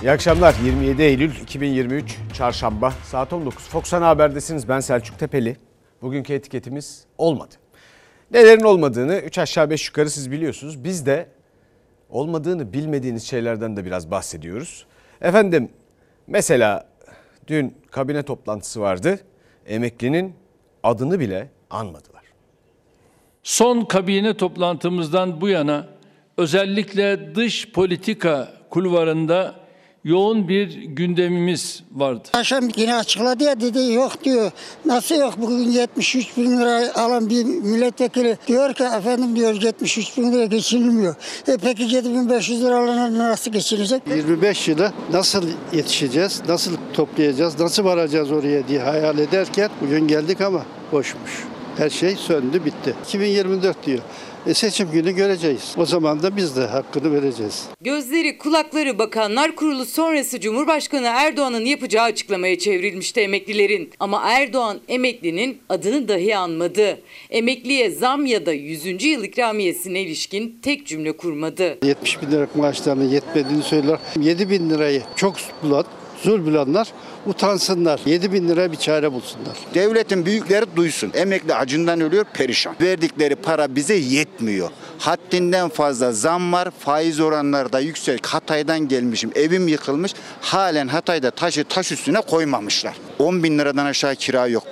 İyi akşamlar. 27 Eylül 2023 Çarşamba saat 19. Fox Ana Haber'desiniz. Ben Selçuk Tepeli. Bugünkü etiketimiz olmadı. Nelerin olmadığını 3 aşağı 5 yukarı siz biliyorsunuz. Biz de olmadığını bilmediğiniz şeylerden de biraz bahsediyoruz. Efendim mesela dün kabine toplantısı vardı. Emeklinin adını bile anmadılar. Son kabine toplantımızdan bu yana özellikle dış politika kulvarında yoğun bir gündemimiz vardı. Akşam yine açıkladı ya, dedi yok diyor. Nasıl yok, bugün 73 bin lira alan bir milletvekili diyor ki efendim diyor 73 bin lira geçinilmiyor. Peki 7500 lira alan nasıl geçinecek? 25 yıla nasıl yetişeceğiz, nasıl toplayacağız, nasıl varacağız oraya diye hayal ederken bugün geldik ama boşmuş. Her şey söndü, bitti. 2024 diyor. Seçim günü göreceğiz. O zaman da biz de hakkını vereceğiz. Gözleri, kulakları Bakanlar Kurulu sonrası Cumhurbaşkanı Erdoğan'ın yapacağı açıklamaya çevrilmişti emeklilerin. Ama Erdoğan emeklinin adını dahi anmadı. Emekliye zam ya da 100. yıl ikramiyesine ilişkin tek cümle kurmadı. 70 bin lira maaşlarının yetmediğini söyler. 7 bin lirayı çok bulan, zul bulanlar utansınlar. 7 bin lira bir çare bulsunlar. Devletin büyükleri duysun. Emekli acından ölüyor, perişan. Verdikleri para bize yetmiyor. Haddinden fazla zam var. Faiz oranları da yüksek. Hatay'dan gelmişim. Evim yıkılmış. Halen Hatay'da taşı taş üstüne koymamışlar. 10 bin liradan aşağı kira yok.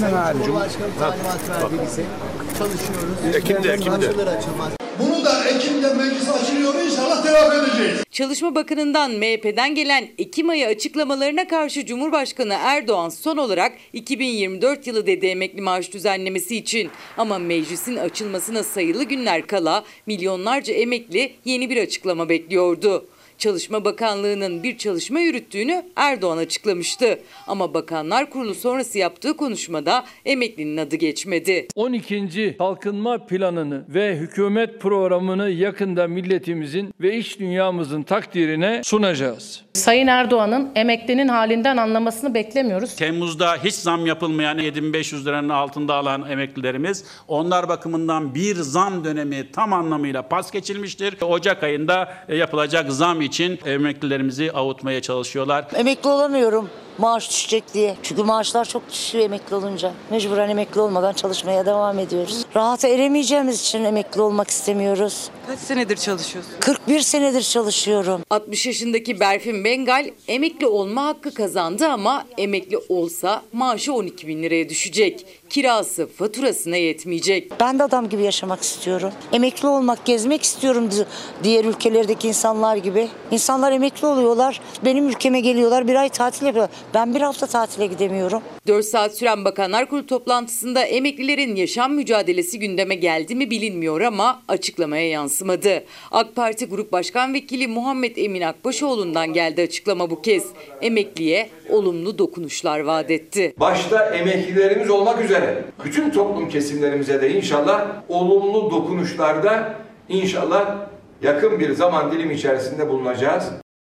Ekim'de. Bunu da Ekim'de meclis açılıyor, inşallah telafi edeceğiz. Çalışma Bakanı'ndan MHP'den gelen Ekim ayı açıklamalarına karşı Cumhurbaşkanı Erdoğan son olarak 2024 yılı dedi emekli maaş düzenlemesi için. Ama meclisin açılmasına sayılı günler kala milyonlarca emekli yeni bir açıklama bekliyordu. Çalışma Bakanlığı'nın bir çalışma yürüttüğünü Erdoğan açıklamıştı. Ama Bakanlar Kurulu sonrası yaptığı konuşmada emeklinin adı geçmedi. 12. Kalkınma Planı'nı ve hükümet programını yakında milletimizin ve iş dünyamızın takdirine sunacağız. Sayın Erdoğan'ın emeklinin halinden anlamasını beklemiyoruz. Temmuz'da hiç zam yapılmayan 7.500 liranın altında alan emeklilerimiz, onlar bakımından bir zam dönemi tam anlamıyla pas geçilmiştir. Ocak ayında yapılacak zam için emeklilerimizi avutmaya çalışıyorlar. Emekli olamıyorum maaş düşecek diye. Çünkü maaşlar çok düşüyor emekli olunca. Mecburen emekli olmadan çalışmaya devam ediyoruz. Rahata eremeyeceğimiz için emekli olmak istemiyoruz. Kaç senedir çalışıyorsun? 41 senedir çalışıyorum. 60 yaşındaki Berfin Bengal emekli olma hakkı kazandı ama emekli olsa maaşı 12 bin liraya düşecek. Kirası, faturasına yetmeyecek. Ben de adam gibi yaşamak istiyorum. Emekli olmak, gezmek istiyorum diğer ülkelerdeki insanlar gibi. İnsanlar emekli oluyorlar, benim ülkeme geliyorlar, bir ay tatil yapıyorlar. Ben bir hafta tatile gidemiyorum. 4 saat süren Bakanlar Kurulu toplantısında emeklilerin yaşam mücadelesi gündeme geldi mi bilinmiyor ama açıklamaya yansımadı. AK Parti Grup Başkan Vekili Muhammed Emin Akbaşoğlu'ndan geldi açıklama bu kez. Emekliye olumlu dokunuşlar vaat etti. Başta emeklilerimiz olmak üzere bütün toplum kesimlerimize de inşallah olumlu dokunuşlarda inşallah yakın bir zaman dilimi içerisinde bulunacağız.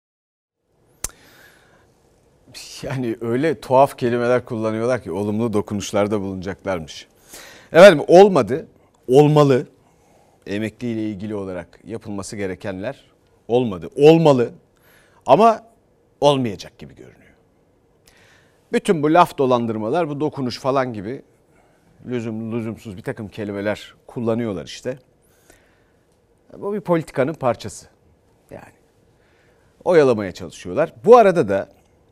Yani öyle tuhaf kelimeler kullanıyorlar ki olumlu dokunuşlarda bulunacaklarmış. Efendim olmadı, olmalı. Emekliyle ilgili olarak yapılması gerekenler olmadı, olmalı ama olmayacak gibi görünüyor. Bütün bu laf dolandırmalar, bu dokunuş falan gibi lüzumsuz bir takım kelimeler kullanıyorlar işte. Bu bir politikanın parçası. Yani oyalamaya çalışıyorlar. Bu arada da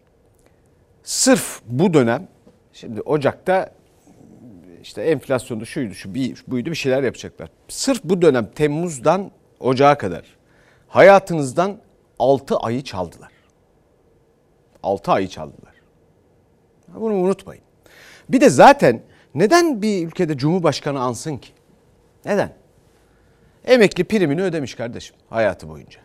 sırf bu dönem, şimdi Ocak'ta işte enflasyonu şuydu, buydu bir şeyler yapacaklar. Sırf bu dönem Temmuz'dan Ocak'a kadar hayatınızdan 6 ayı çaldılar. 6 ayı çaldılar. Bunu unutmayın. Bir de zaten neden bir ülkede Cumhurbaşkanı ansın ki? Neden? Emekli primini ödemiş kardeşim hayatı boyunca.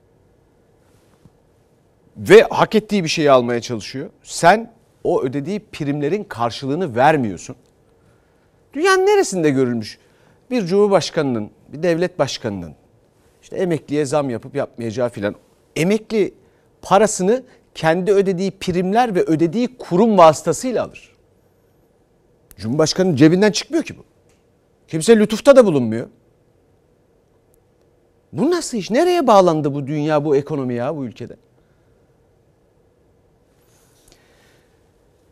Ve hak ettiği bir şeyi almaya çalışıyor. Sen o ödediği primlerin karşılığını vermiyorsun. Dünyanın neresinde görülmüş bir cumhurbaşkanının, bir devlet başkanının işte emekliye zam yapıp yapmayacağı filan, emekli parasını kendi ödediği primler ve ödediği kurum vasıtasıyla alır. Cumhurbaşkanının cebinden çıkmıyor ki bu. Kimse lütufta da bulunmuyor. Bu nasıl iş? Nereye bağlandı bu dünya, bu ekonomi ya bu ülkede?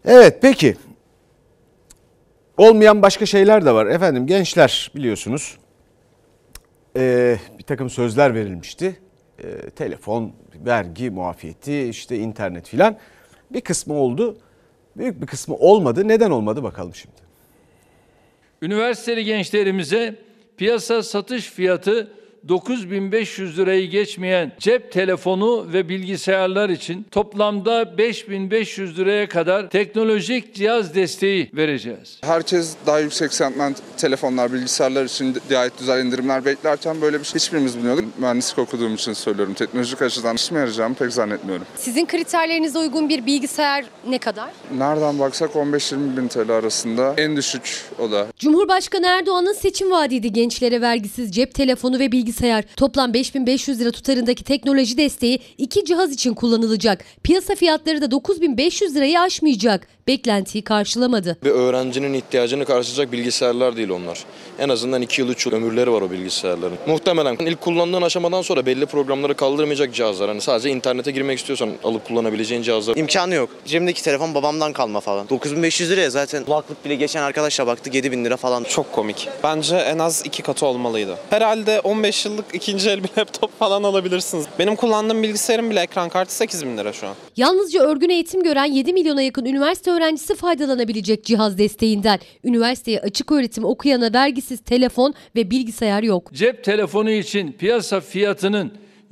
Evet, peki. Olmayan başka şeyler de var. Efendim, gençler biliyorsunuz bir takım sözler verilmişti. Telefon, vergi muafiyeti, işte internet filan. Bir kısmı oldu, büyük bir kısmı olmadı. Neden olmadı bakalım şimdi. Üniversiteli gençlerimize piyasa satış fiyatı 9.500 lirayı geçmeyen cep telefonu ve bilgisayarlar için toplamda 5.500 liraya kadar teknolojik cihaz desteği vereceğiz. Herkes daha yüksek segment telefonlar, bilgisayarlar için gayet güzel indirimler beklerken böyle bir şey hiçbirimiz bilmiyorduk. Mühendislik okuduğum için söylüyorum. Teknolojik açıdan işime yarayacağımı pek zannetmiyorum. Sizin kriterlerinize uygun bir bilgisayar ne kadar? Nereden baksak 15-20 bin TL arasında. En düşük o da. Cumhurbaşkanı Erdoğan'ın seçim vaadiydi gençlere vergisiz cep telefonu ve bilgisayar. Toplam 5.500 lira tutarındaki teknoloji desteği 2 cihaz için kullanılacak. Piyasa fiyatları da 9.500 lirayı aşmayacak. Beklentiyi karşılamadı. Bir öğrencinin ihtiyacını karşılayacak bilgisayarlar değil onlar. En azından 2 yıl 3 yıl ömürleri var o bilgisayarların. Muhtemelen ilk kullandığın aşamadan sonra belli programları kaldırmayacak cihazlar. Hani sadece internete girmek istiyorsan alıp kullanabileceğin cihazlar. İmkanı yok. Cebimdeki telefon babamdan kalma falan. 9.500 liraya zaten kulaklık bile geçen arkadaşla baktık 7.000 lira falan. Çok komik. Bence en az 2 katı olmalıydı. Herhalde 15 yıllık ikinci el bir laptop falan alabilirsiniz. Benim kullandığım bilgisayarın bile ekran kartı 8.000 lira şu an. Yalnızca örgün eğitim gören 7 milyona yakın üniversite öğrencisi faydalanabilecek cihaz desteğinden. Üniversiteye açık öğretim okuyana vergisiz telefon ve bilgisayar yok. Cep telefonu için piyasa fiyatının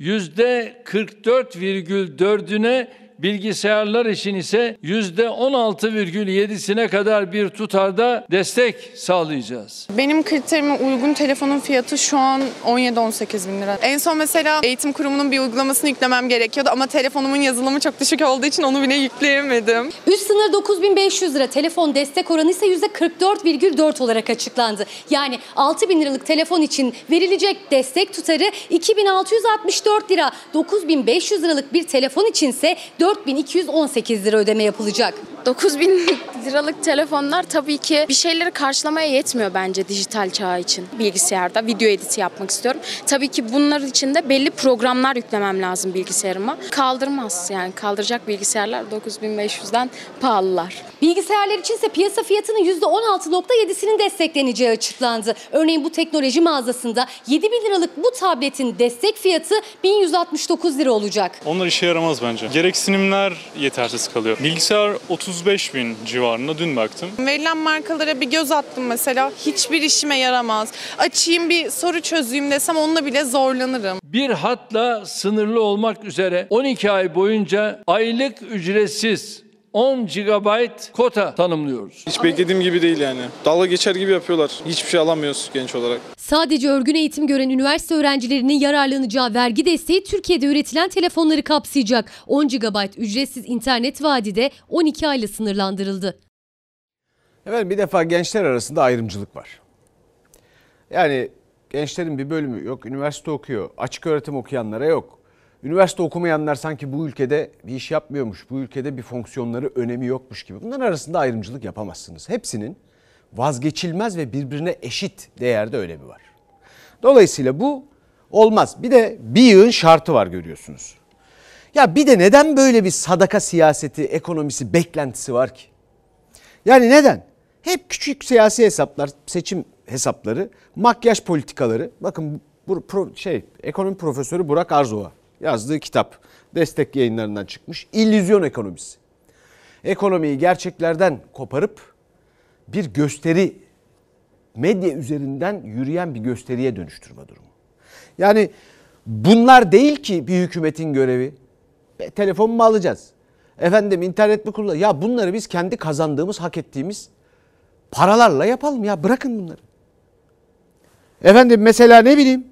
%44,4'üne, bilgisayarlar için ise %16,7'sine kadar bir tutarda destek sağlayacağız. Benim kriterime uygun telefonun fiyatı şu an 17-18 bin lira. En son mesela eğitim kurumunun bir uygulamasını yüklemem gerekiyordu ama telefonumun yazılımı çok düşük olduğu için onu bile yükleyemedim. Üst sınır 9.500 lira, telefon destek oranı ise %44,4 olarak açıklandı. Yani 6 bin liralık telefon için verilecek destek tutarı 2.664 lira. 9.500 liralık bir telefon içinse 4.218 lira ödeme yapılacak. 9.000 liralık telefonlar tabii ki bir şeyleri karşılamaya yetmiyor bence dijital çağ için. Bilgisayarda video editi yapmak istiyorum. Tabii ki bunlar için de belli programlar yüklemem lazım bilgisayarıma. Kaldırmaz, yani kaldıracak bilgisayarlar 9.500'den pahalılar. Bilgisayarlar içinse piyasa fiyatının %16,7'sinin destekleneceği açıklandı. Örneğin bu teknoloji mağazasında 7 bin liralık bu tabletin destek fiyatı 1169 lira olacak. Onlar işe yaramaz bence. Gereksinimler yetersiz kalıyor. Bilgisayar 35 bin civarında dün baktım. Verilen markalara bir göz attım mesela. Hiçbir işime yaramaz. Açayım bir soru çözeyim desem onunla bile zorlanırım. Bir hatla sınırlı olmak üzere 12 ay boyunca aylık ücretsiz 10 GB kota tanımlıyoruz. Hiç beklediğim gibi değil yani. Dalga geçer gibi yapıyorlar. Hiçbir şey alamıyoruz genç olarak. Sadece örgün eğitim gören üniversite öğrencilerinin yararlanacağı vergi desteği Türkiye'de üretilen telefonları kapsayacak. 10 GB ücretsiz internet vaadi de 12 ayla sınırlandırıldı. Evet, bir defa gençler arasında ayrımcılık var. Yani gençlerin bir bölümü yok üniversite okuyor, açık öğretim okuyanlara yok. Üniversite okumayanlar sanki bu ülkede bir iş yapmıyormuş, bu ülkede bir fonksiyonları, önemi yokmuş gibi. Bunların arasında ayrımcılık yapamazsınız. Hepsinin vazgeçilmez ve birbirine eşit değerde önemi var. Dolayısıyla bu olmaz. Bir de bir yığın şartı var görüyorsunuz. Ya bir de neden böyle bir sadaka siyaseti, ekonomisi, beklentisi var ki? Yani neden? Hep küçük siyasi hesaplar, seçim hesapları, makyaj politikaları. Bakın ekonomi profesörü Burak Arzova yazdığı kitap Destek Yayınlarından çıkmış. İllüzyon ekonomisi. Ekonomiyi gerçeklerden koparıp bir gösteri, medya üzerinden yürüyen bir gösteriye dönüştürme durumu. Yani bunlar değil ki bir hükümetin görevi. Telefon mu alacağız? Efendim internet mi kullanacağız? Ya bunları biz kendi kazandığımız, hak ettiğimiz paralarla yapalım ya, bırakın bunları. Efendim mesela ne bileyim,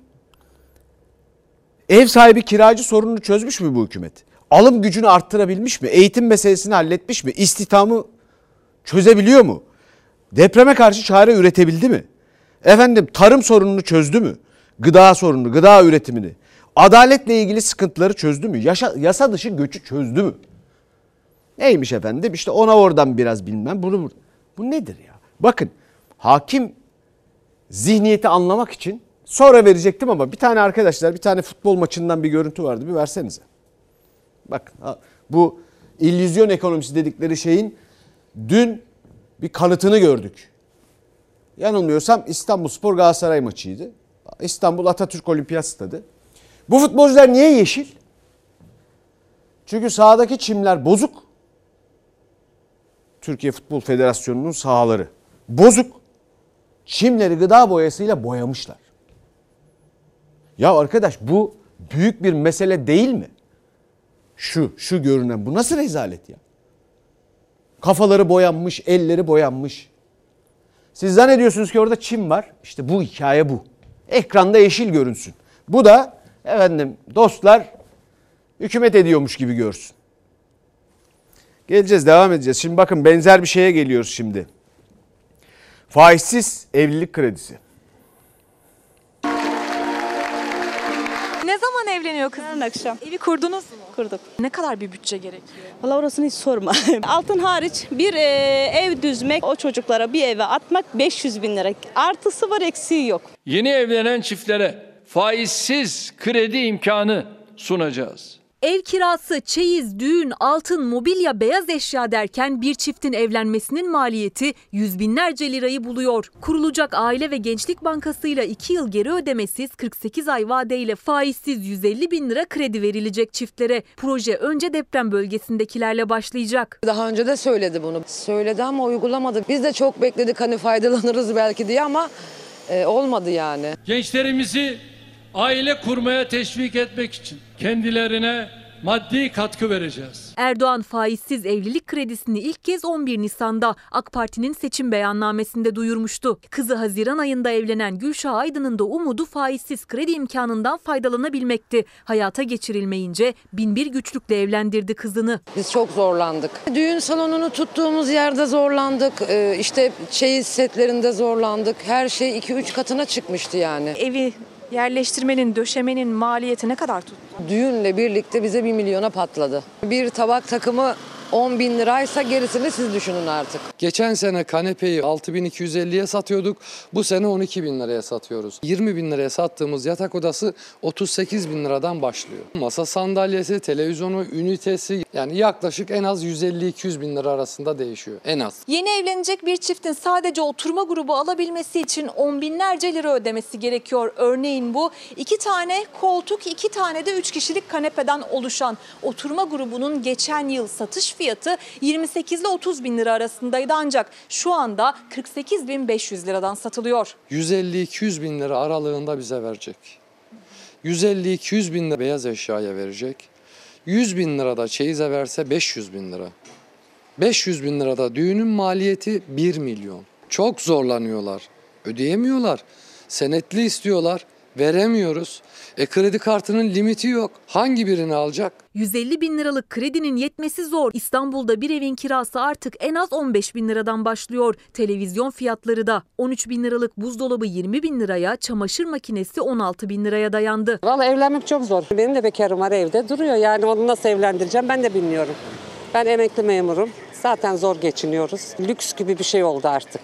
ev sahibi kiracı sorununu çözmüş mü bu hükümet? Alım gücünü arttırabilmiş mi? Eğitim meselesini halletmiş mi? İstihdamı çözebiliyor mu? Depreme karşı çare üretebildi mi? Efendim tarım sorununu çözdü mü? Gıda sorununu, gıda üretimini. Adaletle ilgili sıkıntıları çözdü mü? Yasa dışı göçü çözdü mü? Neymiş efendim? İşte ona oradan biraz bilmem. Bu nedir ya? Bakın, hakim zihniyeti anlamak için sonra verecektim ama bir tane arkadaşlar, bir tane futbol maçından bir görüntü vardı. Bir versenize. Bakın bu illüzyon ekonomisi dedikleri şeyin Dün bir kanıtını gördük. Yanılmıyorsam İstanbulspor Galatasaray maçıydı. İstanbul Atatürk Olimpiyat Stadı. Bu futbolcular niye yeşil? Çünkü sahadaki çimler bozuk. Türkiye Futbol Federasyonu'nun sahaları bozuk. Çimleri gıda boyasıyla boyamışlar. Ya arkadaş, bu büyük bir mesele değil mi? Şu görünen, bu nasıl rezalet ya? Kafaları boyanmış, elleri boyanmış. Siz zannediyorsunuz ki orada çim var. İşte bu hikaye bu. Ekranda yeşil görünsün. Bu da efendim dostlar hükümet ediyormuş gibi görsün. Geleceğiz, devam edeceğiz. Şimdi bakın, benzer bir şeye geliyoruz şimdi. Faizsiz evlilik kredisi. Ne zaman evleniyor kız? Yarın akşam. Evi kurdunuz mu? Kurduk. Ne kadar bir bütçe gerekiyor? Valla orasını hiç sorma. Altın hariç bir ev düzmek, o çocuklara bir eve atmak 500 bin lira. Artısı var, eksiği yok. Yeni evlenen çiftlere faizsiz kredi imkanı sunacağız. Ev kirası, çeyiz, düğün, altın, mobilya, beyaz eşya derken bir çiftin evlenmesinin maliyeti yüz binlerce lirayı buluyor. Kurulacak Aile ve Gençlik Bankası ile 2 yıl geri ödemesiz 48 ay vadeyle faizsiz 150 bin lira kredi verilecek çiftlere. Proje önce deprem bölgesindekilerle başlayacak. Daha önce de söyledi bunu. Söyledi ama uygulamadı. Biz de çok bekledik, hani faydalanırız belki diye, ama olmadı yani. Gençlerimizi aile kurmaya teşvik etmek için kendilerine maddi katkı vereceğiz. Erdoğan faizsiz evlilik kredisini ilk kez 11 Nisan'da AK Parti'nin seçim beyannamesinde duyurmuştu. Kızı Haziran ayında evlenen Gülşah Aydın'ın da umudu faizsiz kredi imkanından faydalanabilmekti. Hayata geçirilmeyince binbir güçlükle evlendirdi kızını. Biz çok zorlandık. Düğün salonunu tuttuğumuz yerde zorlandık. İşte çeyiz setlerinde zorlandık. Her şey 2-3 katına çıkmıştı yani. Evi yerleştirmenin, döşemenin maliyeti ne kadar tuttu? Düğünle birlikte bize 1 milyona patladı. Bir tabak takımı 10 bin liraysa gerisini siz düşünün artık. Geçen sene kanepeyi 6.250'ye satıyorduk. Bu sene 12 bin liraya satıyoruz. 20 bin liraya sattığımız yatak odası 38 bin liradan başlıyor. Masa sandalyesi, televizyonu, ünitesi, yani yaklaşık en az 150-200 bin lira arasında değişiyor. En az. Yeni evlenecek bir çiftin sadece oturma grubu alabilmesi için 10 binlerce lira ödemesi gerekiyor. Örneğin bu 2 tane koltuk, 2 tane de 3 kişilik kanepeden oluşan oturma grubunun geçen yıl satış fiyatı 28 ile 30 bin lira arasındaydı, ancak şu anda 48.500 liradan satılıyor. 150-200 bin lira aralığında bize verecek. 150-200 bin lira beyaz eşyaya verecek. 100 bin lira da çeyize verse 500 bin lira. 500 bin lirada düğünün maliyeti 1 milyon. Çok zorlanıyorlar. Ödeyemiyorlar. Senetli istiyorlar. Veremiyoruz. Kredi kartının limiti yok. Hangi birini alacak? 150 bin liralık kredinin yetmesi zor. İstanbul'da bir evin kirası artık en az 15 bin liradan başlıyor. Televizyon fiyatları da 13 bin liralık buzdolabı 20 bin liraya, çamaşır makinesi 16 bin liraya dayandı. Vallahi evlenmek çok zor. Benim de bekarım var, evde duruyor. Yani onu nasıl evlendireceğim ben de bilmiyorum. Ben emekli memurum. Zaten zor geçiniyoruz. Lüks gibi bir şey oldu artık.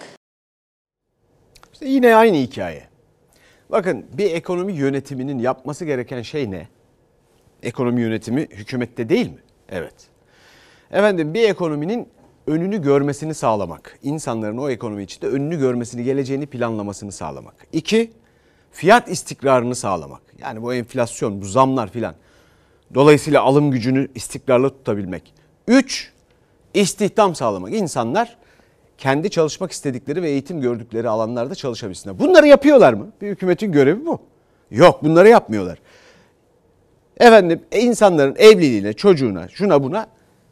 İşte yine aynı hikaye. Bakın, bir ekonomi yönetiminin yapması gereken şey ne? Ekonomi yönetimi hükümette değil mi? Evet. Efendim, bir ekonominin önünü görmesini sağlamak. İnsanların o ekonomi içinde önünü görmesini, geleceğini planlamasını sağlamak. 2, fiyat istikrarını sağlamak. Yani bu enflasyon, bu zamlar filan. Dolayısıyla alım gücünü istikrarlı tutabilmek. 3, istihdam sağlamak. İnsanlar kendi çalışmak istedikleri ve eğitim gördükleri alanlarda çalışabilsinler. Bunları yapıyorlar mı? Bir hükümetin görevi bu. Yok, bunları yapmıyorlar. Efendim, insanların evliliğine, çocuğuna, şuna buna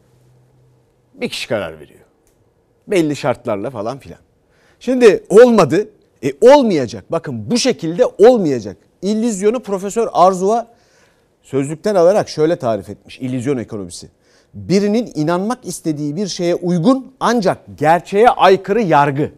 bir kişi karar veriyor. Belli şartlarla falan filan. Şimdi olmadı. Olmayacak. Bakın, bu şekilde olmayacak. İllüzyonu Profesör Arzuva sözlükten alarak şöyle tarif etmiş. İllüzyon ekonomisi. Birinin inanmak istediği bir şeye uygun ancak gerçeğe aykırı yargı.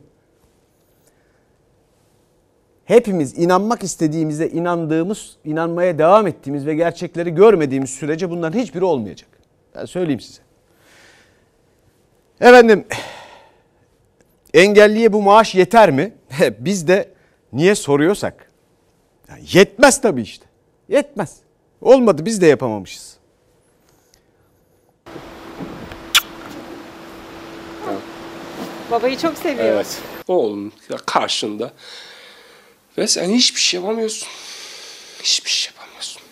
Hepimiz inanmak istediğimize inandığımız, inanmaya devam ettiğimiz ve gerçekleri görmediğimiz sürece bunların hiçbiri olmayacak. Ben söyleyeyim size. Efendim, engelliye bu maaş yeter mi? Biz de niye soruyorsak. Yetmez tabii işte. Yetmez. Olmadı, biz de yapamamışız. Babayı çok seviyor. Evet. Oğlum karşında. Ve sen hiçbir şey yapamıyorsun. Hiçbir şey yapamıyorsun.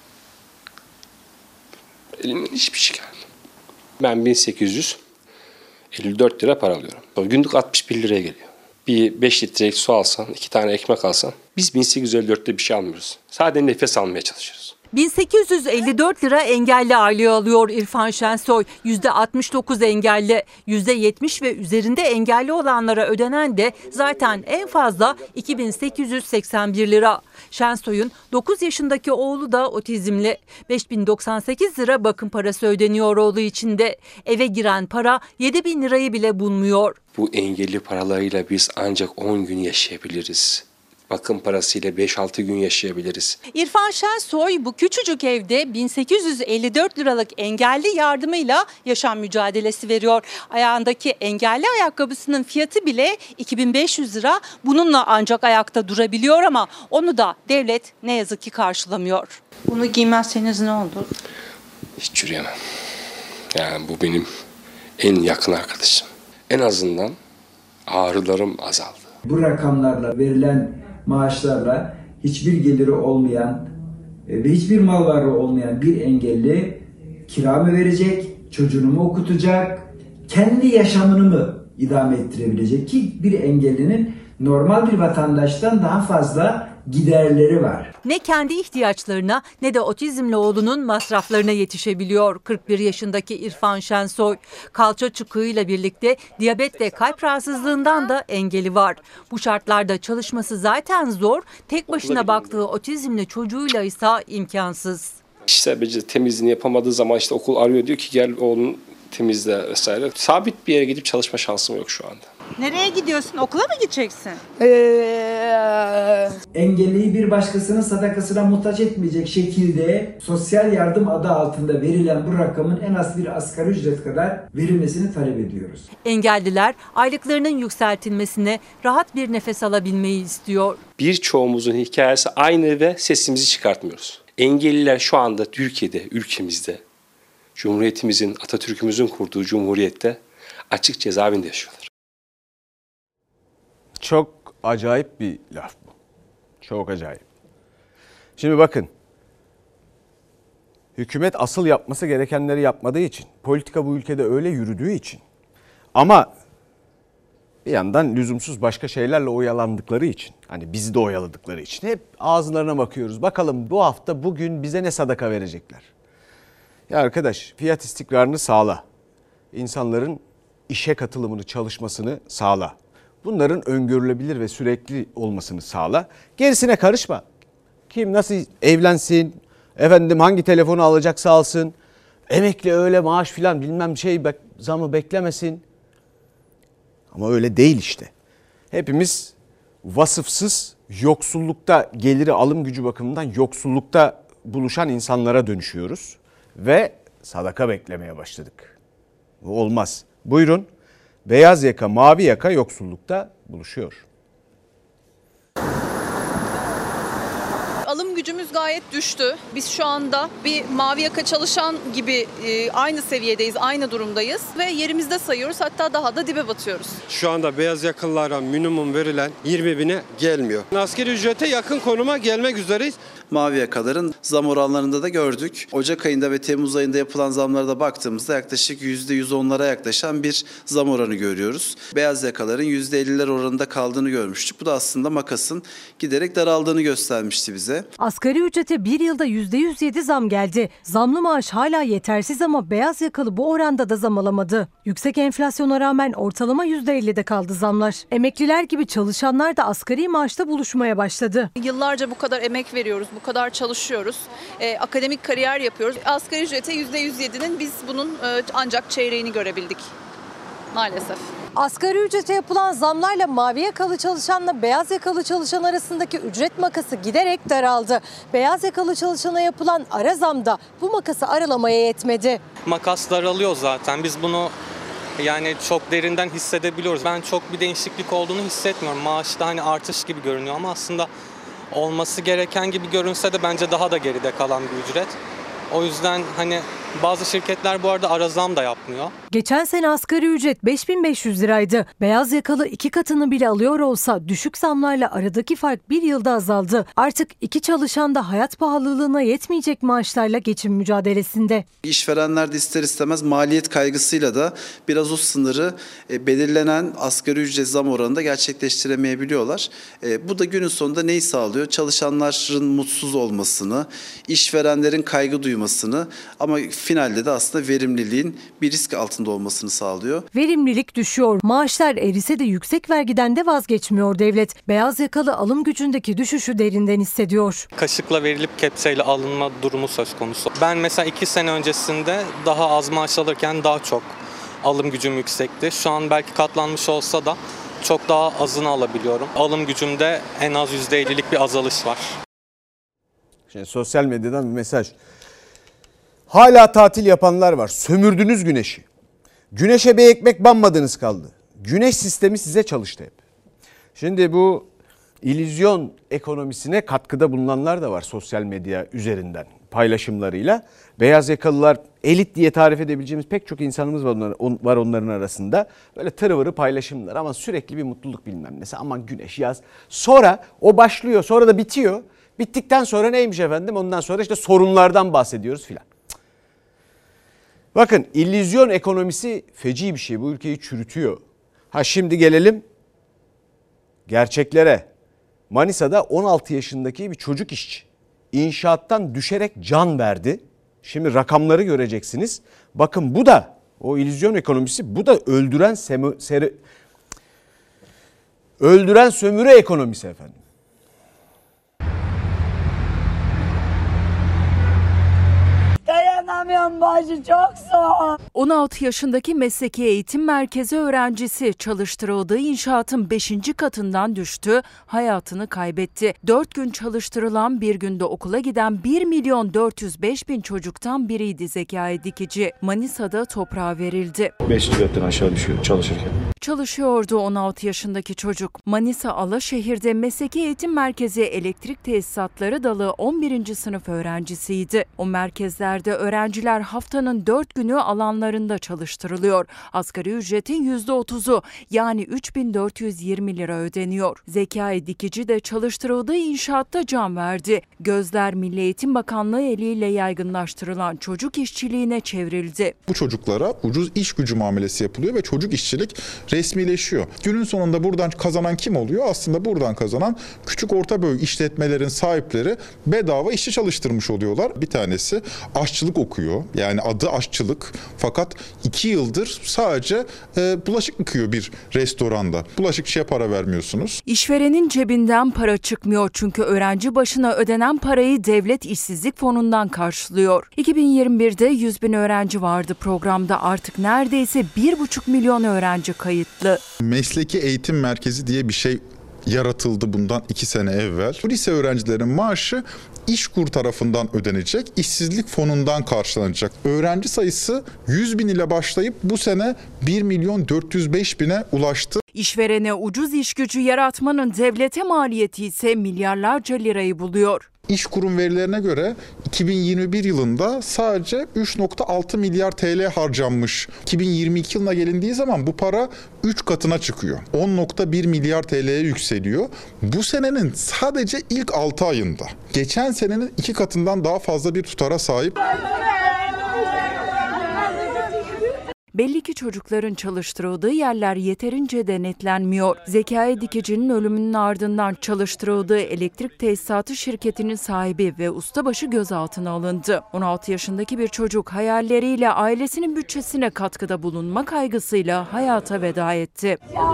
Elimden hiçbir şey gelmiyor. Ben 1854 lira para alıyorum. Günlük 61 liraya geliyor. Bir 5 litrelik su alsan, 2 tane ekmek alsan biz 1854'te bir şey almıyoruz. Sadece nefes almaya çalışıyoruz. 1854 lira engelli aylığı alıyor İrfan Şensoy. %69 engelli, %70 ve üzerinde engelli olanlara ödenen de zaten en fazla 2881 lira. Şensoy'un 9 yaşındaki oğlu da otizmli. 5098 lira bakım parası ödeniyor oğlu için de. Eve giren para 7000 lirayı bile bulmuyor. Bu engelli paralarıyla biz ancak 10 gün yaşayabiliriz. Bakım parasıyla 5-6 gün yaşayabiliriz. İrfan Şensoy bu küçücük evde 1854 liralık engelli yardımıyla yaşam mücadelesi veriyor. Ayağındaki engelli ayakkabısının fiyatı bile 2500 lira. Bununla ancak ayakta durabiliyor ama onu da devlet ne yazık ki karşılamıyor. Bunu giymezseniz ne olur? Hiç yürüyemem. Yani bu benim en yakın arkadaşım. En azından ağrılarım azaldı. Bu rakamlarla verilen maaşlarla hiçbir geliri olmayan ve hiçbir mal varlığı olmayan bir engelli kira mı verecek, çocuğunu mu okutacak, kendi yaşamını mı idame ettirebilecek ki bir engellinin normal bir vatandaştan daha fazla giderleri var. Ne kendi ihtiyaçlarına ne de otizmli oğlunun masraflarına yetişebiliyor 41 yaşındaki İrfan Şensoy. Kalça çıkığıyla birlikte diyabet ve kalp rahatsızlığından da engeli var. Bu şartlarda çalışması zaten zor, tek başına baktığı otizmli çocuğuyla ise imkansız. Kişisel beceri temizliğini yapamadığı zaman işte okul arıyor, diyor ki gel oğlum temizle vesaire. Sabit bir yere gidip çalışma şansım yok şu anda. Nereye gidiyorsun? Okula mı gideceksin? Engelliyi bir başkasının sadakasına muhtaç etmeyecek şekilde sosyal yardım adı altında verilen bu rakamın en az bir asgari ücret kadar verilmesini talep ediyoruz. Engelliler aylıklarının yükseltilmesine, rahat bir nefes alabilmeyi istiyor. Birçoğumuzun hikayesi aynı ve sesimizi çıkartmıyoruz. Engelliler şu anda Türkiye'de, ülkemizde, Cumhuriyetimizin, Atatürk'ümüzün kurduğu Cumhuriyet'te açık cezaevinde yaşıyorlar. Çok acayip bir laf bu. Çok acayip. Şimdi bakın. Hükümet asıl yapması gerekenleri yapmadığı için, politika bu ülkede öyle yürüdüğü için ama bir yandan lüzumsuz başka şeylerle oyalandıkları için, hani bizi de oyaladıkları için hep ağızlarına bakıyoruz. Bakalım bu hafta bugün bize ne sadaka verecekler? Ya arkadaş, fiyat istikrarını sağla. İnsanların işe katılımını, çalışmasını sağla. Bunların öngörülebilir ve sürekli olmasını sağla. Gerisine karışma. Kim nasıl evlensin, efendim hangi telefonu alacaksa alsın, emekli öyle maaş filan bilmem zamı beklemesin. Ama öyle değil işte. Hepimiz vasıfsız, yoksullukta, geliri alım gücü bakımından yoksullukta buluşan insanlara dönüşüyoruz. Ve sadaka beklemeye başladık. Bu olmaz. Buyurun. Beyaz yaka, mavi yaka yoksullukta buluşuyor. Alım gücümüz gayet düştü. Biz şu anda bir mavi yaka çalışan gibi aynı seviyedeyiz, aynı durumdayız ve yerimizde sayıyoruz, hatta daha da dibe batıyoruz. Şu anda beyaz yakalılara minimum verilen 20.000'e gelmiyor. Asgari ücrete yakın konuma gelmek üzereyiz. Mavi yakaların zam oranlarında da gördük. Ocak ayında ve Temmuz ayında yapılan zamlara da baktığımızda yaklaşık %110'lara yaklaşan bir zam oranı görüyoruz. Beyaz yakaların %50'ler oranında kaldığını görmüştük. Bu da aslında makasın giderek daraldığını göstermişti bize. Asgari ücrete bir yılda %107 zam geldi. Zamlı maaş hala yetersiz ama beyaz yakalı bu oranda da zam alamadı. Yüksek enflasyona rağmen ortalama %50'de kaldı zamlar. Emekliler gibi çalışanlar da asgari maaşta buluşmaya başladı. Yıllarca bu kadar emek veriyoruz, bu kadar çalışıyoruz, akademik kariyer yapıyoruz. Asgari ücrete %107'nin biz bunun ancak çeyreğini görebildik maalesef. Asgari ücrete yapılan zamlarla mavi yakalı çalışanla beyaz yakalı çalışan arasındaki ücret makası giderek daraldı. Beyaz yakalı çalışana yapılan ara zam da bu makası aralamaya yetmedi. Makas daralıyor zaten. Biz bunu yani çok derinden hissedebiliyoruz. Ben çok bir değişiklik olduğunu hissetmiyorum. Maaşta hani artış gibi görünüyor ama aslında olması gereken gibi görünse de bence daha da geride kalan bir ücret. O yüzden hani Bazı şirketler bu arada ara zam da yapmıyor. Geçen sene asgari ücret 5.500 liraydı. Beyaz yakalı 2 katını bile alıyor olsa düşük zamlarla aradaki fark bir yılda azaldı. Artık 2 çalışan da hayat pahalılığına yetmeyecek maaşlarla geçim mücadelesinde. İşverenler de ister istemez maliyet kaygısıyla da biraz o sınırı belirlenen asgari ücret zam oranında gerçekleştiremeyebiliyorlar. Bu da günün sonunda neyi sağlıyor? Çalışanların mutsuz olmasını, işverenlerin kaygı duymasını ama finalde de aslında verimliliğin bir risk altında olmasını sağlıyor. Verimlilik düşüyor. Maaşlar erise de yüksek vergiden de vazgeçmiyor devlet. Beyaz yakalı alım gücündeki düşüşü derinden hissediyor. Kaşıkla verilip kepçeyle alınma durumu söz konusu. Ben mesela 2 sene öncesinde daha az maaş alırken daha çok alım gücüm yüksekti. Şu an belki katlanmış olsa da çok daha azını alabiliyorum. Alım gücümde en az %50'lik bir azalış var. Şimdi sosyal medyadan bir mesaj. Hala tatil yapanlar var. Sömürdünüz güneşi. Güneşe bir ekmek banmadınız kaldı. Güneş sistemi size çalıştı hep. Şimdi bu illüzyon ekonomisine katkıda bulunanlar da var sosyal medya üzerinden paylaşımlarıyla. Beyaz yakalılar, elit diye tarif edebileceğimiz pek çok insanımız var onların arasında. Böyle tırıvırı paylaşımlar ama sürekli bir mutluluk bilmem nesi. Aman güneş yaz. Sonra o başlıyor, sonra da bitiyor. Bittikten sonra neymiş efendim? Ondan sonra işte sorunlardan bahsediyoruz filan. Bakın illüzyon ekonomisi feci bir şey. Bu ülkeyi çürütüyor. Şimdi gelelim gerçeklere. Manisa'da 16 yaşındaki bir çocuk işçi inşaattan düşerek can verdi. Şimdi rakamları göreceksiniz. Bakın bu da o illüzyon ekonomisi, bu da öldüren sömürü ekonomisi efendim. Dayanamıyorum, başı çok soğuk. 16 yaşındaki mesleki eğitim merkezi öğrencisi çalıştırıldığı inşaatın 5. katından düştü, hayatını kaybetti. 4 gün çalıştırılan, bir günde okula giden 1.405.000 çocuktan biriydi Zekai Dikici. Manisa'da toprağa verildi. 5. kattan aşağı düşüyor çalışırken. Çalışıyordu 16 yaşındaki çocuk. Manisa Alaşehir'de Mesleki Eğitim Merkezi Elektrik Tesisatları Dalı 11. sınıf öğrencisiydi. O merkezlerde öğrenciler haftanın 4 günü alanlarında çalıştırılıyor. Asgari ücretin %30'u yani 3.420 lira ödeniyor. Zekai Dikici de çalıştırıldığı inşaatta can verdi. Gözler Milli Eğitim Bakanlığı eliyle yaygınlaştırılan çocuk işçiliğine çevrildi. Bu çocuklara ucuz iş gücü muamelesi yapılıyor ve çocuk işçilik resmileşiyor. Günün sonunda buradan kazanan kim oluyor? Aslında buradan kazanan küçük orta boy işletmelerin sahipleri bedava işçi çalıştırmış oluyorlar. Bir tanesi aşçılık okuyor. Yani adı aşçılık fakat 2 yıldır sadece bulaşık yıkıyor bir restoranda. Bulaşıkçıya para vermiyorsunuz. İşverenin cebinden para çıkmıyor çünkü öğrenci başına ödenen parayı devlet işsizlik fonundan karşılıyor. 2021'de 100.000 öğrenci vardı programda, artık neredeyse 1,5 milyon öğrenci kayıtlı. Mesleki Eğitim Merkezi diye bir şey yaratıldı bundan 2 sene evvel. Bu lise öğrencilerinin maaşı İşkur tarafından ödenecek, işsizlik fonundan karşılanacak. Öğrenci sayısı 100.000 ile başlayıp bu sene 1.405.000'e ulaştı. İşverene ucuz iş gücü yaratmanın devlete maliyeti ise milyarlarca lirayı buluyor. İşkur'un verilerine göre 2021 yılında sadece 3.6 milyar TL harcanmış. 2022 yılına gelindiği zaman bu para 3 katına çıkıyor. 10.1 milyar TL'ye yükseliyor. Bu senenin sadece ilk 6 ayında. Geçen senenin 2 katından daha fazla bir tutara sahip. Belli ki çocukların çalıştırıldığı yerler yeterince denetlenmiyor. Zekai Dikici'nin ölümünün ardından çalıştırıldığı elektrik tesisatı şirketinin sahibi ve ustabaşı gözaltına alındı. 16 yaşındaki bir çocuk hayalleriyle ailesinin bütçesine katkıda bulunma kaygısıyla hayata veda etti.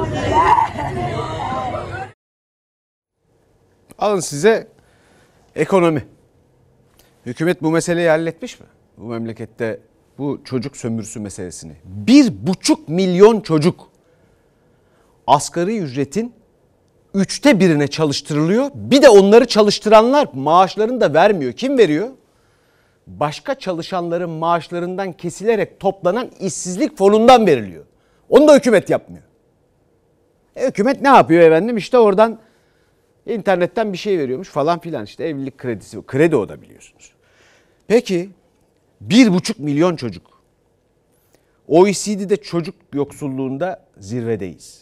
Alın size ekonomi. Hükümet bu meseleyi halletmiş mi? Bu memlekette bu çocuk sömürüsü meselesini. 1,5 milyon çocuk asgari ücretin 3'te 1'ine çalıştırılıyor. Bir de onları çalıştıranlar maaşlarını da vermiyor. Kim veriyor? Başka çalışanların maaşlarından kesilerek toplanan işsizlik fonundan veriliyor. Onu da hükümet yapmıyor. Hükümet ne yapıyor efendim? İşte oradan internetten bir şey veriyormuş falan filan. İşte evlilik kredisi, kredi o da biliyorsunuz. Peki 1,5 milyon çocuk. OECD'de çocuk yoksulluğunda zirvedeyiz.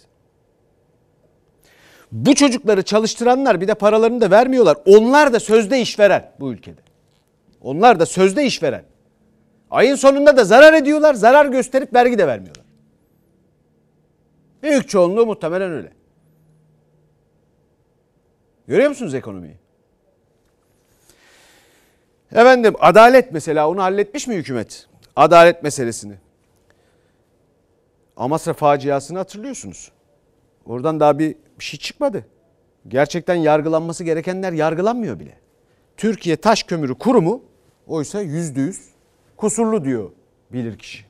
Bu çocukları çalıştıranlar bir de paralarını da vermiyorlar. Onlar da sözde işveren bu ülkede. Onlar da sözde işveren. Ayın sonunda da zarar ediyorlar, zarar gösterip vergi de vermiyorlar. Büyük çoğunluğu muhtemelen öyle. Görüyor musunuz ekonomiyi? Efendim adalet mesela, onu halletmiş mi hükümet? Adalet meselesini. Amasra faciasını hatırlıyorsunuz. Oradan daha bir şey çıkmadı. Gerçekten yargılanması gerekenler yargılanmıyor bile. Türkiye Taş Kömürü Kurumu oysa %100 kusurlu diyor bilirkişi.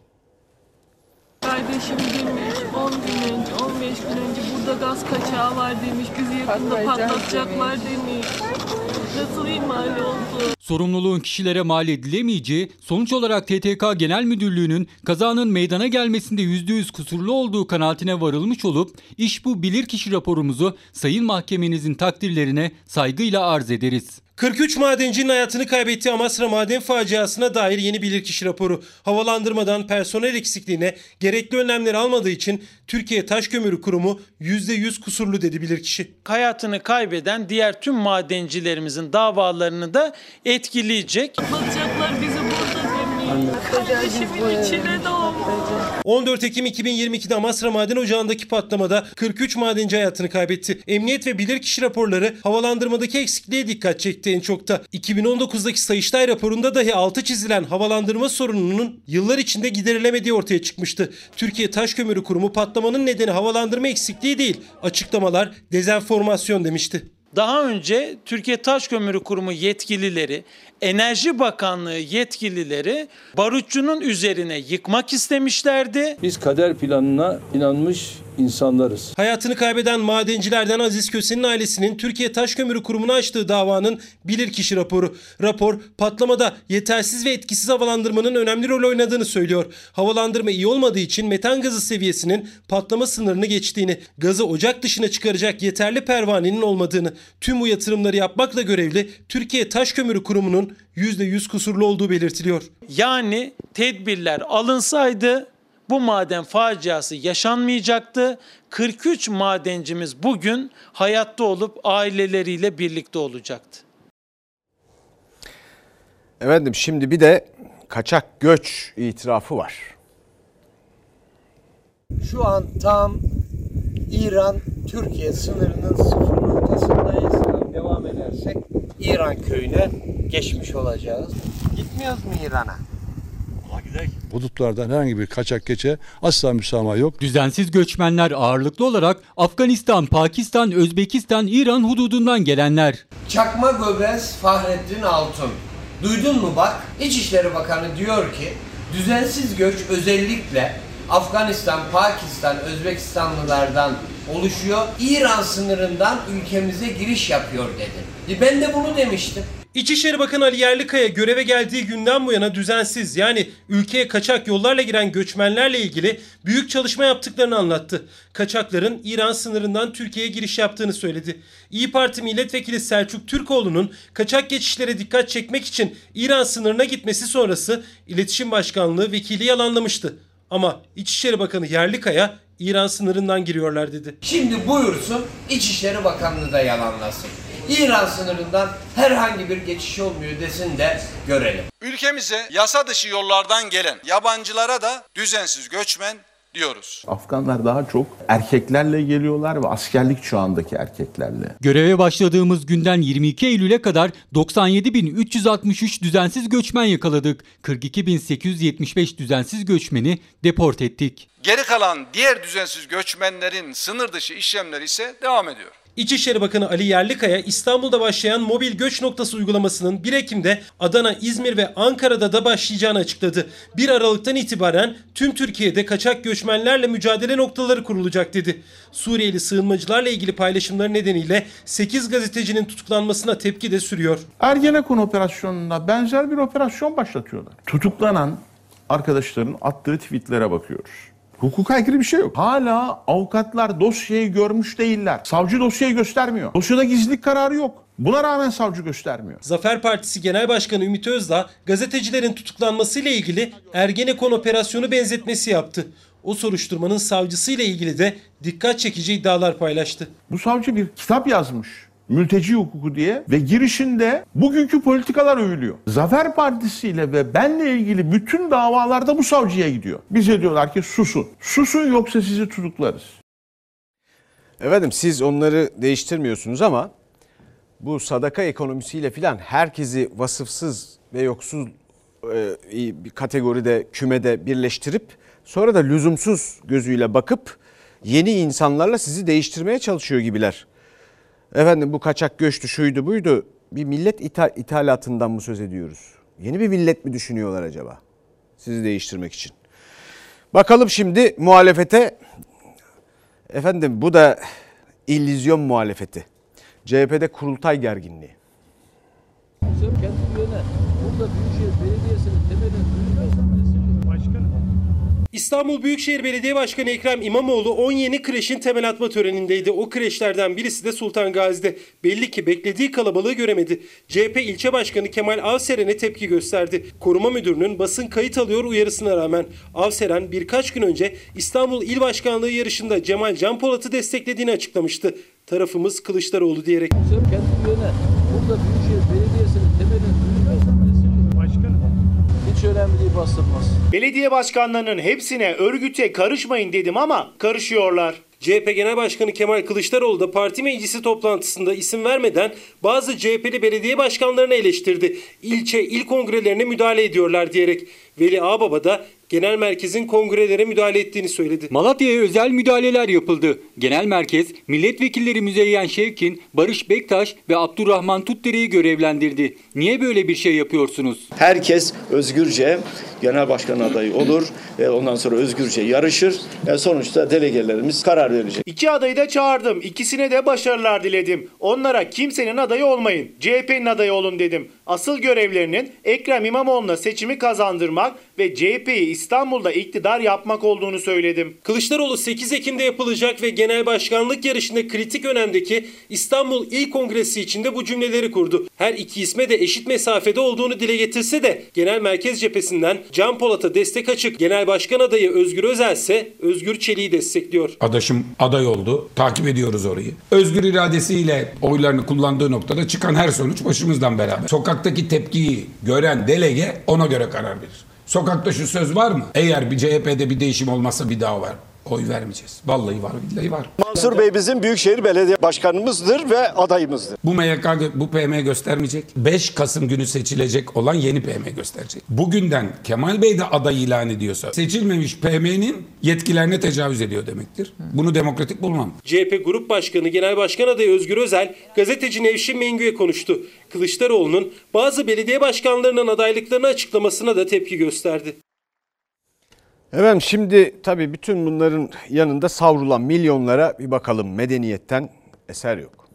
Kardeşim demiş 10 gün önce, 15 gün önce burada gaz kaçağı var demiş. Bizi yakında patlatacaklar demiş. Nasıl ihmal oldu? Sorumluluğun kişilere mal edilemeyeceği, sonuç olarak TTK Genel Müdürlüğü'nün kazanın meydana gelmesinde %100 kusurlu olduğu kanaatine varılmış olup, iş bu bilirkişi raporumuzu Sayın Mahkemenizin takdirlerine saygıyla arz ederiz. 43 madencinin hayatını kaybettiği Amasra maden faciasına dair yeni bilirkişi raporu. Havalandırmadan personel eksikliğine gerekli önlemler almadığı için Türkiye Taş Kömürü Kurumu %100 kusurlu dedi bilirkişi. Hayatını kaybeden diğer tüm madencilerimizin davalarını da etkileyecek. Patlatacaklar bizi burada demiş. Kardeşimin içine doğmuş. 14 Ekim 2022'de Amasra Maden Ocağı'ndaki patlamada 43 madenci hayatını kaybetti. Emniyet ve bilirkişi raporları havalandırmadaki eksikliğe dikkat çekti en çok da. 2019'daki Sayıştay raporunda dahi altı çizilen havalandırma sorununun yıllar içinde giderilemediği ortaya çıkmıştı. Türkiye Taş Kömürü Kurumu patlamanın nedeni havalandırma eksikliği değil, açıklamalar dezenformasyon demişti. Daha önce Türkiye Taş Kömürü Kurumu yetkilileri, Enerji Bakanlığı yetkilileri barutçunun üzerine yıkmak istemişlerdi. Biz kader planına inanmış insanlarız. Hayatını kaybeden madencilerden Aziz Köse'nin ailesinin Türkiye Taş Kömürü Kurumu'na açtığı davanın bilirkişi raporu. Rapor patlamada yetersiz ve etkisiz havalandırmanın önemli rol oynadığını söylüyor. Havalandırma iyi olmadığı için metan gazı seviyesinin patlama sınırını geçtiğini, gazı ocak dışına çıkaracak yeterli pervanenin olmadığını, tüm bu yatırımları yapmakla görevli Türkiye Taş Kömürü Kurumu'nun %100 kusurlu olduğu belirtiliyor. Yani tedbirler alınsaydı bu maden faciası yaşanmayacaktı. 43 madencimiz bugün hayatta olup aileleriyle birlikte olacaktı. Efendim şimdi bir de kaçak göç itirafı var. Şu an tam İran-Türkiye sınırının sıfır noktasındayız. Devam edersek İran köyüne geçmiş olacağız. Gitmiyoruz mu İran'a? Hudutlardan herhangi bir kaçak geçe asla müsamaha yok. Düzensiz göçmenler ağırlıklı olarak Afganistan, Pakistan, Özbekistan, İran hududundan gelenler. Çakma Göbez Fahrettin Altun. Duydun mu bak? İçişleri Bakanı diyor ki düzensiz göç özellikle Afganistan, Pakistan, Özbekistanlılardan oluşuyor. İran sınırından ülkemize giriş yapıyor dedi. Ben de bunu demiştim. İçişleri Bakanı Ali Yerlikaya göreve geldiği günden bu yana düzensiz, yani ülkeye kaçak yollarla giren göçmenlerle ilgili büyük çalışma yaptıklarını anlattı. Kaçakların İran sınırından Türkiye'ye giriş yaptığını söyledi. İYİ Parti Milletvekili Selçuk Türkoğlu'nun kaçak geçişlere dikkat çekmek için İran sınırına gitmesi sonrası İletişim Başkanlığı vekili yalanlamıştı. Ama İçişleri Bakanı Yerlikaya İran sınırından giriyorlar dedi. Şimdi buyursun İçişleri Bakanlığı da yalanlasın. İran sınırından herhangi bir geçiş olmuyor desin de görelim. Ülkemize yasa dışı yollardan gelen yabancılara da düzensiz göçmen diyoruz. Afganlar daha çok erkeklerle geliyorlar ve askerlik çağındaki erkeklerle. Göreve başladığımız günden 22 Eylül'e kadar 97.363 düzensiz göçmen yakaladık. 42.875 düzensiz göçmeni deport ettik. Geri kalan diğer düzensiz göçmenlerin sınır dışı işlemleri ise devam ediyor. İçişleri Bakanı Ali Yerlikaya İstanbul'da başlayan mobil göç noktası uygulamasının 1 Ekim'de Adana, İzmir ve Ankara'da da başlayacağını açıkladı. 1 Aralık'tan itibaren tüm Türkiye'de kaçak göçmenlerle mücadele noktaları kurulacak dedi. Suriyeli sığınmacılarla ilgili paylaşımları nedeniyle 8 gazetecinin tutuklanmasına tepki de sürüyor. Ergenekon operasyonuna benzer bir operasyon başlatıyorlar. Tutuklanan arkadaşların attığı tweetlere bakıyoruz. Hukuka aykırı bir şey yok. Hala avukatlar dosyayı görmüş değiller. Savcı dosyayı göstermiyor. Dosyada gizlilik kararı yok. Buna rağmen savcı göstermiyor. Zafer Partisi Genel Başkanı Ümit Özdağ gazetecilerin tutuklanmasıyla ilgili Ergenekon operasyonu benzetmesi yaptı. O soruşturmanın savcısıyla ilgili de dikkat çekici iddialar paylaştı. Bu savcı bir kitap yazmış. Mülteci hukuku diye ve girişinde bugünkü politikalar övülüyor. Zafer Partisi ile ve benle ilgili bütün davalarda bu savcıya gidiyor. Bize diyorlar ki susun. Susun yoksa sizi tutuklarız. Efendim siz onları değiştirmiyorsunuz ama bu sadaka ekonomisiyle filan herkesi vasıfsız ve yoksul bir kategoride, kümede birleştirip sonra da lüzumsuz gözüyle bakıp yeni insanlarla sizi değiştirmeye çalışıyor gibiler. Efendim bu kaçak göçtü, şuydu buydu, bir millet ithalatından mı söz ediyoruz? Yeni bir millet mi düşünüyorlar acaba sizi değiştirmek için? Bakalım şimdi muhalefete. Efendim bu da illüzyon muhalefeti. CHP'de kurultay gerginliği. Kendi üyene burada Büyükşehir Belediyesi'nin temelini İstanbul Büyükşehir Belediye Başkanı Ekrem İmamoğlu 10 yeni kreşin temel atma törenindeydi. O kreşlerden birisi de Sultan Gazi'de. Belli ki beklediği kalabalığı göremedi. CHP ilçe başkanı Kemal Avseren'e tepki gösterdi. Koruma müdürünün basın kayıt alıyor uyarısına rağmen Avseren birkaç gün önce İstanbul İl Başkanlığı yarışında Cemal Can Polat'ı desteklediğini açıklamıştı. Tarafımız Kılıçdaroğlu diyerek. kendi üyene burada Büyükşehir Belediyesi'nin temelini hiç önemli değil, bastırmaz. Belediye başkanlarının hepsine örgüte karışmayın dedim ama karışıyorlar. CHP Genel Başkanı Kemal Kılıçdaroğlu da parti meclisi toplantısında isim vermeden bazı CHP'li belediye başkanlarını eleştirdi. İlçe, il kongrelerine müdahale ediyorlar diyerek. Veli Ağbaba da genel merkezin kongrelere müdahale ettiğini söyledi. Malatya'ya özel müdahaleler yapıldı. Genel merkez milletvekilleri Müzeyyen Şevkin, Barış Bektaş ve Abdurrahman Tutdere'yi görevlendirdi. Niye böyle bir şey yapıyorsunuz? Herkes özgürce genel başkan adayı olur ve ondan sonra özgürce yarışır. Sonuçta delegelerimiz karar verecek. 2 adayı da çağırdım. İkisine de başarılar diledim. Onlara kimsenin adayı olmayın, CHP'nin adayı olun dedim. Asıl görevlerinin Ekrem İmamoğlu'na seçimi kazandırmak ve CHP'yi İstanbul'da iktidar yapmak olduğunu söyledim. Kılıçdaroğlu 8 Ekim'de yapılacak ve genel başkanlık yarışında kritik önemdeki İstanbul İl Kongresi içinde bu cümleleri kurdu. Her iki isme de eşit mesafede olduğunu dile getirse de genel merkez cephesinden Can Polat'a destek açık. Genel başkan adayı Özgür Özel ise Özgür Çelik'i destekliyor. Adaşım aday oldu. Takip ediyoruz orayı. Özgür iradesiyle oylarını kullandığı noktada çıkan her sonuç başımızdan beraber. Sokaktaki tepkiyi gören delege ona göre karar verir. Sokakta şu söz var mı? Eğer bir CHP'de bir değişim olmazsa bir daha var. Oy vermeyeceğiz. Vallahi var, billahi var. Mansur Bey bizim Büyükşehir Belediye Başkanımızdır ve adayımızdır. Bu MYK, bu PM göstermeyecek. 5 Kasım günü seçilecek olan yeni PM gösterecek. Bugünden Kemal Bey de aday ilan ediyorsa seçilmemiş PM'nin yetkilerine tecavüz ediyor demektir. Bunu demokratik bulmam. CHP Grup Başkanı Genel Başkan adayı Özgür Özel, gazeteci Nevşin Mengü'ye konuştu. Kılıçdaroğlu'nun bazı belediye başkanlarının adaylıklarını açıklamasına da tepki gösterdi. Efendim şimdi tabii bütün bunların yanında savrulan milyonlara bir bakalım. Medeniyetten eser yok.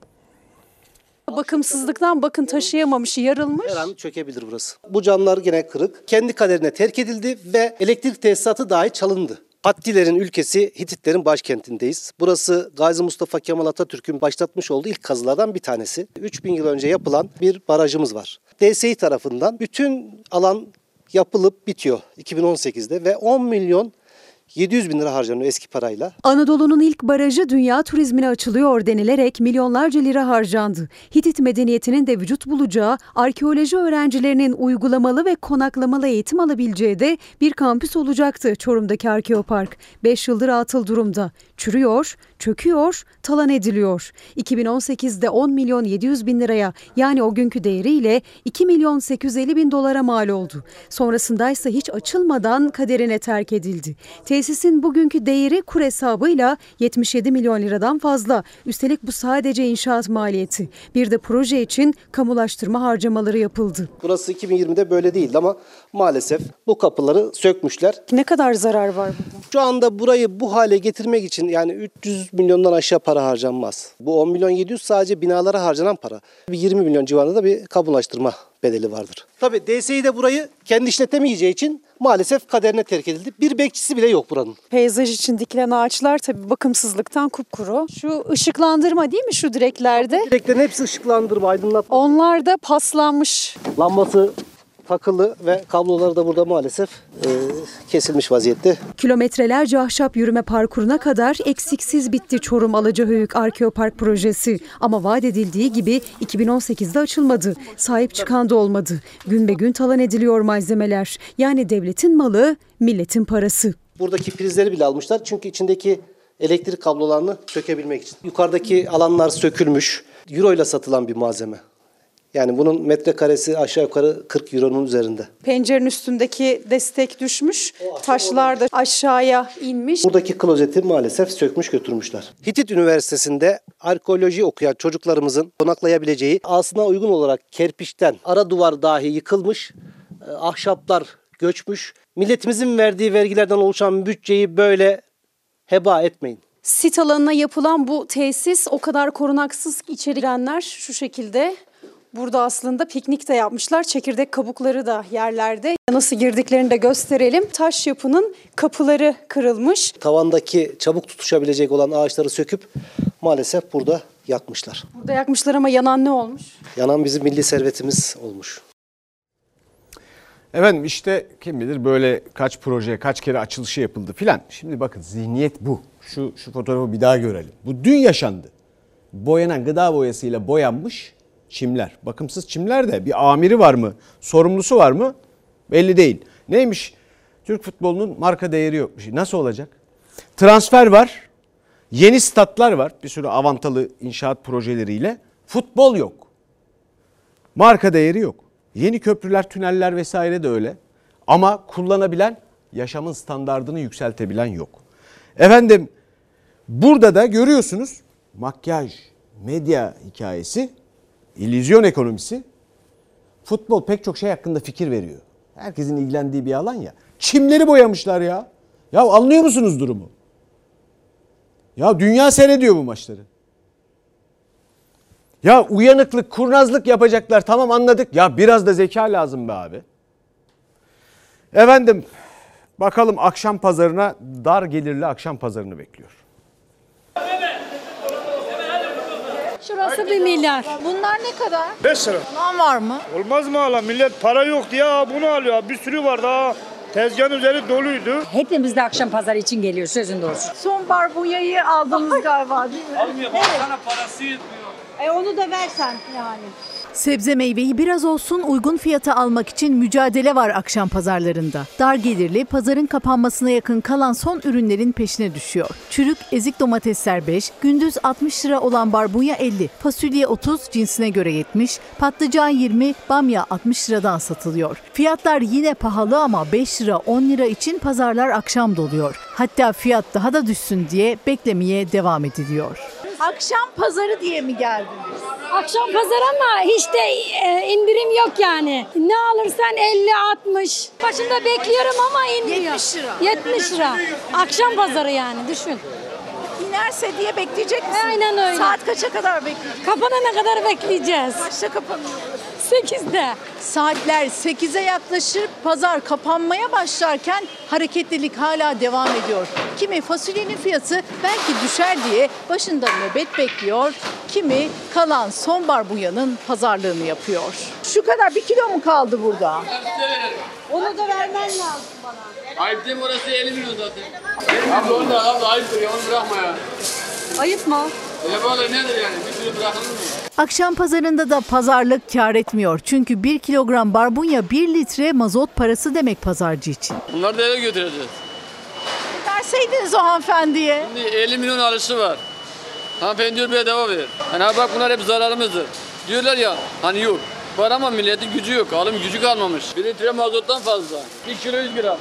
Bakımsızlıktan bakın taşıyamamış, yarılmış. Her an çökebilir burası. Bu camlar gene kırık. Kendi kaderine terk edildi ve elektrik tesisatı dahi çalındı. Hattilerin ülkesi, Hititlerin başkentindeyiz. Burası Gazi Mustafa Kemal Atatürk'ün başlatmış olduğu ilk kazılardan bir tanesi. 3000 yıl önce yapılan bir barajımız var. DSİ tarafından bütün alan yapılıp bitiyor 2018'de ve 10 milyon 700 bin lira harcanıyor eski parayla. Anadolu'nun ilk barajı dünya turizmine açılıyor denilerek milyonlarca lira harcandı. Hitit medeniyetinin de vücut bulacağı, arkeoloji öğrencilerinin uygulamalı ve konaklamalı eğitim alabileceği de bir kampüs olacaktı Çorum'daki Arkeopark. 5 yıldır atıl durumda. Çürüyor, çöküyor, talan ediliyor. 2018'de 10 milyon 700 bin liraya yani o günkü değeriyle 2 milyon 850 bin dolara mal oldu. Sonrasındaysa hiç açılmadan kaderine terk edildi. Tesisin bugünkü değeri kur hesabıyla 77 milyon liradan fazla. Üstelik bu sadece inşaat maliyeti. Bir de proje için kamulaştırma harcamaları yapıldı. Burası 2020'de böyle değildi ama maalesef bu kapıları sökmüşler. Ne kadar zarar var burada? Şu anda burayı bu hale getirmek için yani 300 milyondan aşağı para harcanmaz. Bu 10 milyon 700 sadece binalara harcanan para. Bir 20 milyon civarında da bir kamulaştırma bedeli vardır. Tabii DSİ de burayı kendi işletemeyeceği için maalesef kaderine terk edildi. Bir bekçisi bile yok buranın. Peyzaj için dikilen ağaçlar tabii bakımsızlıktan kupkuru. Şu ışıklandırma değil mi şu direklerde? Direklerin hepsi ışıklandırma, aydınlatma. Onlar da paslanmış. Lambası takılı ve kabloları da burada maalesef kesilmiş vaziyette. Kilometrelerce ahşap yürüme parkuruna kadar eksiksiz bitti Çorum Alacahoyuk Arkeopark projesi. Ama vaat edildiği gibi 2018'de açılmadı. Sahip çıkan da olmadı. Gün be gün talan ediliyor malzemeler. Yani devletin malı, milletin parası. Buradaki prizleri bile almışlar çünkü içindeki elektrik kablolarını sökebilmek için. Yukarıdaki alanlar sökülmüş. Euro ile satılan bir malzeme. Yani bunun metrekaresi aşağı yukarı 40 euronun üzerinde. Pencerenin üstündeki destek düşmüş, taşlar da aşağıya inmiş. Buradaki klozeti maalesef sökmüş götürmüşler. Hitit Üniversitesi'nde arkeoloji okuyan çocuklarımızın konaklayabileceği aslına uygun olarak kerpiçten ara duvar dahi yıkılmış, ahşaplar göçmüş. Milletimizin verdiği vergilerden oluşan bütçeyi böyle heba etmeyin. Sit alanına yapılan bu tesis o kadar korunaksız içeri girenler şu şekilde. Burada aslında piknik de yapmışlar. Çekirdek kabukları da yerlerde. Nasıl girdiklerini de gösterelim. Taş yapının kapıları kırılmış. Tavandaki çabuk tutuşabilecek olan ağaçları söküp maalesef burada yakmışlar. Burada yakmışlar ama yanan ne olmuş? Yanan bizim milli servetimiz olmuş. Efendim işte kim bilir böyle kaç proje, kaç kere açılışı yapıldı filan. Şimdi bakın zihniyet bu. Şu fotoğrafı bir daha görelim. Bu dün yaşandı. Boyanan gıda boyasıyla boyanmış çimler. Bakımsız çimler de bir amiri var mı? Sorumlusu var mı? Belli değil. Neymiş? Türk futbolunun marka değeri yokmuş. Nasıl olacak? Transfer var. Yeni statlar var. Bir sürü avantalı inşaat projeleriyle. Futbol yok. Marka değeri yok. Yeni köprüler, tüneller vesaire de öyle. Ama kullanabilen, yaşamın standardını yükseltebilen yok. Efendim burada da görüyorsunuz makyaj, medya hikayesi, illüzyon ekonomisi. Futbol pek çok şey hakkında fikir veriyor. Herkesin ilgilendiği bir alan ya. Çimleri boyamışlar ya. Ya anlıyor musunuz durumu? Ya dünya seyrediyor bu maçları. Ya uyanıklık, kurnazlık yapacaklar, tamam anladık. Ya biraz da zeka lazım be abi. Efendim bakalım akşam pazarına, dar gelirli akşam pazarını bekliyor. Şurası 1 milyar. Bunlar ne kadar? 5 lira. Lan var mı? Olmaz mı hala? Millet para yok diye bunu alıyor. Bir sürü var daha. Tezgahın üzeri doluydu. Hepimiz de akşam pazarı için geliyor sözün doğrusu. Son barbunyayı aldınız galiba değil mi? Almıyor. Baksana parası yetmiyor. Onu da versen yani. Sebze meyveyi biraz olsun uygun fiyata almak için mücadele var akşam pazarlarında. Dar gelirli, pazarın kapanmasına yakın kalan son ürünlerin peşine düşüyor. Çürük, ezik domatesler 5, gündüz 60 lira olan barbunya 50, fasulye 30, cinsine göre 70, patlıcan 20, bamya 60 liradan satılıyor. Fiyatlar yine pahalı ama 5 lira 10 lira için pazarlar akşam doluyor. Hatta fiyat daha da düşsün diye beklemeye devam ediliyor. Akşam pazarı diye mi geldiniz? Akşam pazarı ama hiç de indirim yok yani. Ne alırsan 50-60. Başında bekliyorum ama inmiyor. 70 lira. 70 lira. Akşam pazarı yani düşün. İnerse diye bekleyecek misin? Aynen öyle. Saat kaça kadar bekleyeceksin? Kapanana kadar bekleyeceğiz. Kaçta kapanıyor? 8'de. Saatler 8'e yaklaşır, pazar kapanmaya başlarken hareketlilik hala devam ediyor. Kimi fasulyenin fiyatı belki düşer diye başında nöbet bekliyor, kimi kalan son barbunyanın pazarlığını yapıyor. Şu kadar 1 kilo mu kaldı burada? Onu da vermen lazım bana. Ayıp değil mi orası 50 milyon zaten. Abla onu da abla ayıptır ya onu bırakma ya. Ayıp mı? Öyle böyle nedir yani bir sürü bırakılır mı? Akşam pazarında da pazarlık kâr etmiyor. Çünkü 1 kilogram barbunya 1 litre mazot parası demek pazarcı için. Bunları da eve götüreceğiz. Verseydiniz o hanımefendiye. Şimdi 50 milyon alışı var. Hanımefendi diyor bedava ver. Hani bak bunlar hep zararımızdır. Diyorlar ya hani yok. Var ama milletin gücü yok. Alım gücü kalmamış. 1 litre mazottan fazla. 1 kilo 100 gram.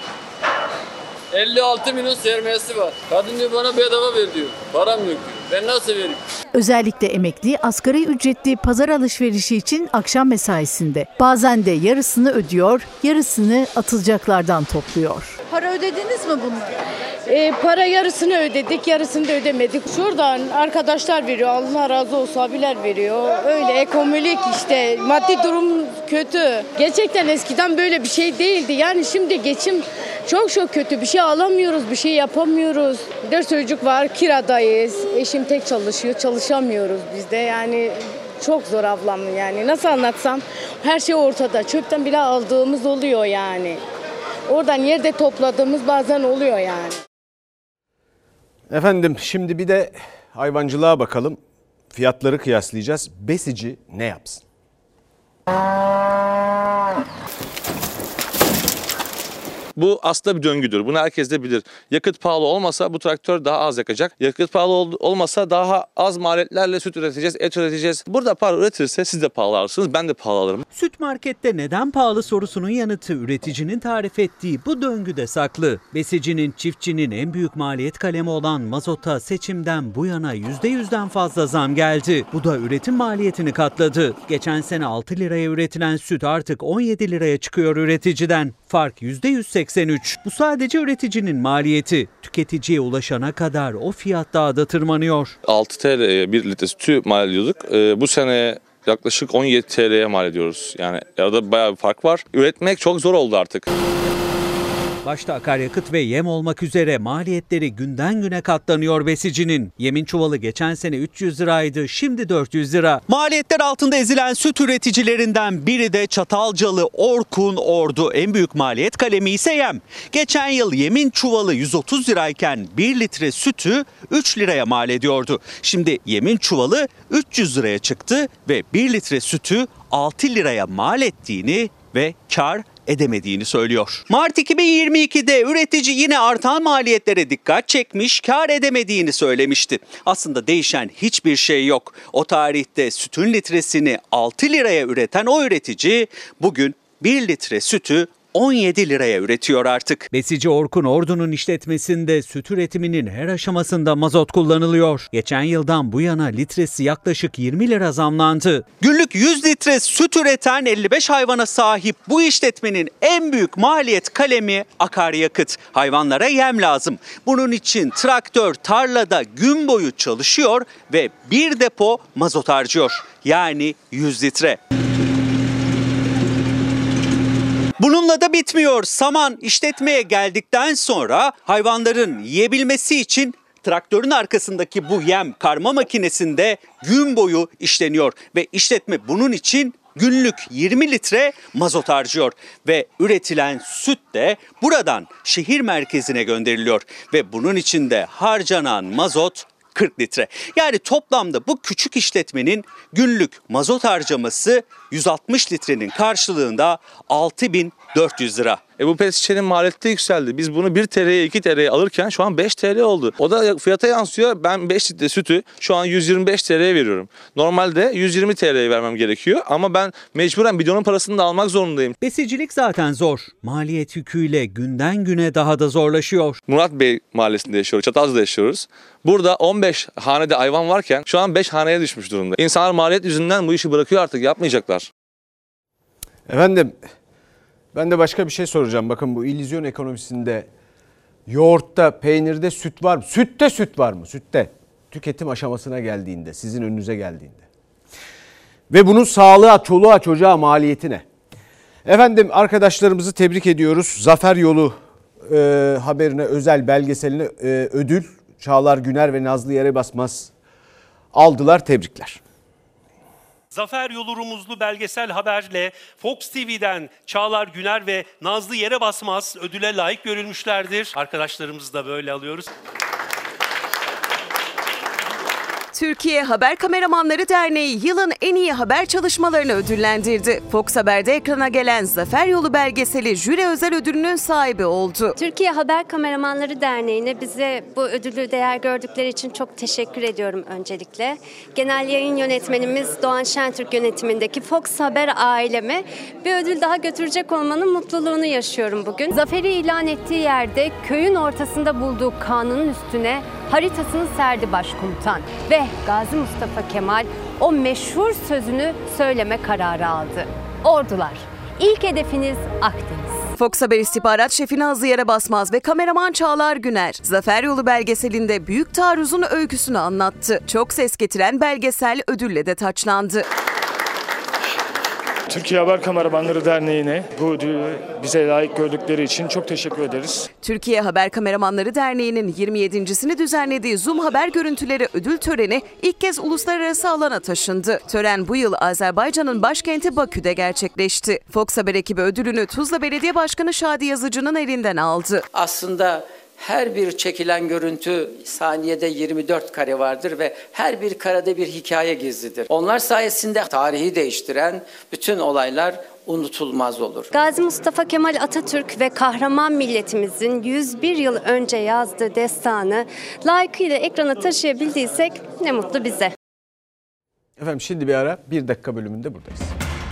56 milyon sermayesi var. Kadın diyor bana bedava ver diyor. Param yok diyor. Ben nasıl vereyim? Özellikle emekli asgari ücretli pazar alışverişi için akşam mesaisinde. Bazen de yarısını ödüyor, yarısını atılacaklardan topluyor. Para ödediniz mi bunları? Para yarısını ödedik, yarısını da ödemedik. Şuradan arkadaşlar veriyor, Allah razı olsun, abiler veriyor. Öyle ekonomik işte, maddi durum kötü. Gerçekten eskiden böyle bir şey değildi. Yani şimdi geçim çok kötü. Bir şey alamıyoruz, bir şey yapamıyoruz. 4 çocuk var, kiradayız. Eşim tek çalışıyor, çalışamıyoruz biz de. Yani çok zor ablam yani. Nasıl anlatsam, her şey ortada. Çöpten bile aldığımız oluyor yani. Oradan yerde topladığımız bazen oluyor yani. Efendim şimdi bir de hayvancılığa bakalım. Fiyatları kıyaslayacağız. Besici ne yapsın? Bu aslında bir döngüdür. Bunu herkes de bilir. Yakıt pahalı olmasa bu traktör daha az yakacak. Yakıt pahalı olmasa daha az maliyetlerle süt üreteceğiz, et üreteceğiz. Burada pahalı üretirse siz de pahalı alırsınız, ben de pahalı alırım. Süt markette neden pahalı sorusunun yanıtı üreticinin tarif ettiği bu döngüde saklı. Besicinin, çiftçinin en büyük maliyet kalemi olan mazota seçimden bu yana %100'den fazla zam geldi. Bu da üretim maliyetini katladı. Geçen sene 6 liraya üretilen süt artık 17 liraya çıkıyor üreticiden. Fark %183. Bu sadece üreticinin maliyeti. Tüketiciye ulaşana kadar o fiyat daha da tırmanıyor. 6 TL'ye 1 litre sütü mal ediyorduk. Bu sene yaklaşık 17 TL'ye mal ediyoruz. Yani arada bayağı bir fark var. Üretmek çok zor oldu artık. Başta akaryakıt ve yem olmak üzere maliyetleri günden güne katlanıyor besicinin. Yemin çuvalı geçen sene 300 liraydı, şimdi 400 lira. Maliyetler altında ezilen süt üreticilerinden biri de Çatalcalı Orkun Ordu. En büyük maliyet kalemi ise yem. Geçen yıl yemin çuvalı 130 lirayken 1 litre sütü 3 liraya mal ediyordu. Şimdi yemin çuvalı 300 liraya çıktı ve 1 litre sütü 6 liraya mal ettiğini ve kar edemediğini söylüyor. Mart 2022'de üretici yine artan maliyetlere dikkat çekmiş, kar edemediğini söylemişti. Aslında değişen hiçbir şey yok. O tarihte sütün litresini 6 liraya üreten o üretici bugün 1 litre sütü 17 liraya üretiyor artık. Besici Orkun Ordu'nun işletmesinde süt üretiminin her aşamasında mazot kullanılıyor. Geçen yıldan bu yana litresi yaklaşık 20 lira zamlandı. Günlük 100 litre süt üreten 55 hayvana sahip bu işletmenin en büyük maliyet kalemi akaryakıt. Hayvanlara yem lazım. Bunun için traktör tarlada gün boyu çalışıyor ve bir depo mazot harcıyor. Yani 100 litre. Bununla da bitmiyor. Saman işletmeye geldikten sonra hayvanların yiyebilmesi için traktörün arkasındaki bu yem karma makinesinde gün boyu işleniyor ve işletme bunun için günlük 20 litre mazot harcıyor ve üretilen süt de buradan şehir merkezine gönderiliyor ve bunun için de harcanan mazot 40 litre. Yani toplamda bu küçük işletmenin günlük mazot harcaması 160 litrenin karşılığında 6.400 lira. Bu pet şişenin maliyeti de yükseldi. Biz bunu 1 TL'ye 2 TL'ye alırken şu an 5 TL oldu. O da fiyata yansıyor. Ben 5 litre sütü şu an 125 TL'ye veriyorum. Normalde 120 TL'ye vermem gerekiyor ama ben mecburen bidonun parasını da almak zorundayım. Besicilik zaten zor. Maliyet yüküyle günden güne daha da zorlaşıyor. Murat Bey mahallesinde yaşıyoruz, Çatalca'da yaşıyoruz. Burada 15 hanede hayvan varken şu an 5 haneye düşmüş durumda. İnsanlar maliyet yüzünden bu işi bırakıyor, artık yapmayacaklar. Efendim ben de başka bir şey soracağım. Bakın bu illüzyon ekonomisinde yoğurtta, peynirde süt var mı? Sütte süt var mı? Sütte. Tüketim aşamasına geldiğinde, sizin önünüze geldiğinde. Ve bunun sağlığa, çoluğa, çocuğa maliyeti ne? Efendim arkadaşlarımızı tebrik ediyoruz. Zafer Yolu haberine, özel belgeseline ödül Çağlar Güner ve Nazlı Yerebasmaz aldılar. Tebrikler. Zafer Yolu Rumuzlu belgesel haberle Fox TV'den Çağlar Güner ve Nazlı Yerebasmaz ödüle layık görülmüşlerdir. Arkadaşlarımızı da böyle alıyoruz. Türkiye Haber Kameramanları Derneği yılın en iyi haber çalışmalarını ödüllendirdi. Fox Haber'de ekrana gelen Zafer Yolu belgeseli jüri özel ödülünün sahibi oldu. Türkiye Haber Kameramanları Derneği'ne bize bu ödülü değer gördükleri için çok teşekkür ediyorum öncelikle. Genel yayın yönetmenimiz Doğan Şentürk yönetimindeki Fox Haber aileme bir ödül daha götürecek olmanın mutluluğunu yaşıyorum bugün. Zaferi ilan ettiği yerde köyün ortasında bulduğu kanının üstüne haritasını serdi başkomutan ve Gazi Mustafa Kemal o meşhur sözünü söyleme kararı aldı. Ordular, ilk hedefiniz Akdeniz. Fox Haber istihbarat şefi Nazlı Yere Basmaz ve kameraman Çağlar Güner, Zafer Yolu belgeselinde büyük taarruzun öyküsünü anlattı. Çok ses getiren belgesel ödülle de taçlandı. Türkiye Haber Kameramanları Derneği'ne bu ödülü bize layık gördükleri için çok teşekkür ederiz. Türkiye Haber Kameramanları Derneği'nin 27.sini düzenlediği Zoom Haber görüntüleri ödül töreni ilk kez uluslararası alana taşındı. Tören bu yıl Azerbaycan'ın başkenti Bakü'de gerçekleşti. Fox Haber ekibi ödülünü Tuzla Belediye Başkanı Şadi Yazıcı'nın elinden aldı. Aslında her bir çekilen görüntü saniyede 24 kare vardır ve her bir karede bir hikaye gizlidir. Onlar sayesinde tarihi değiştiren bütün olaylar unutulmaz olur. Gazi Mustafa Kemal Atatürk ve kahraman milletimizin 101 yıl önce yazdığı destanı layıkıyla ekrana taşıyabildiysek ne mutlu bize. Efendim şimdi bir ara 1 dakika bölümünde buradayız.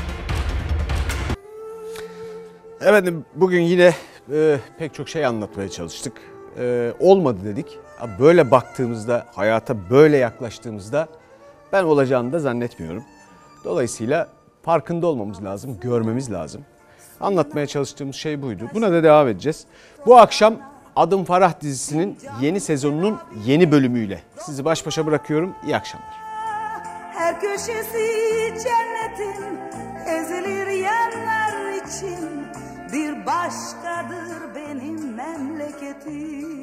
Efendim bugün yine pek çok şey anlatmaya çalıştık. Olmadı dedik. Böyle baktığımızda, hayata böyle yaklaştığımızda ben olacağını da zannetmiyorum. Dolayısıyla farkında olmamız lazım, görmemiz lazım. Anlatmaya çalıştığımız şey buydu. Buna da devam edeceğiz. Bu akşam Adım Farah dizisinin yeni sezonunun yeni bölümüyle sizi baş başa bırakıyorum. İyi akşamlar. Her köşesi cennetin ezilir yerler için bir başkadır benim memleketim.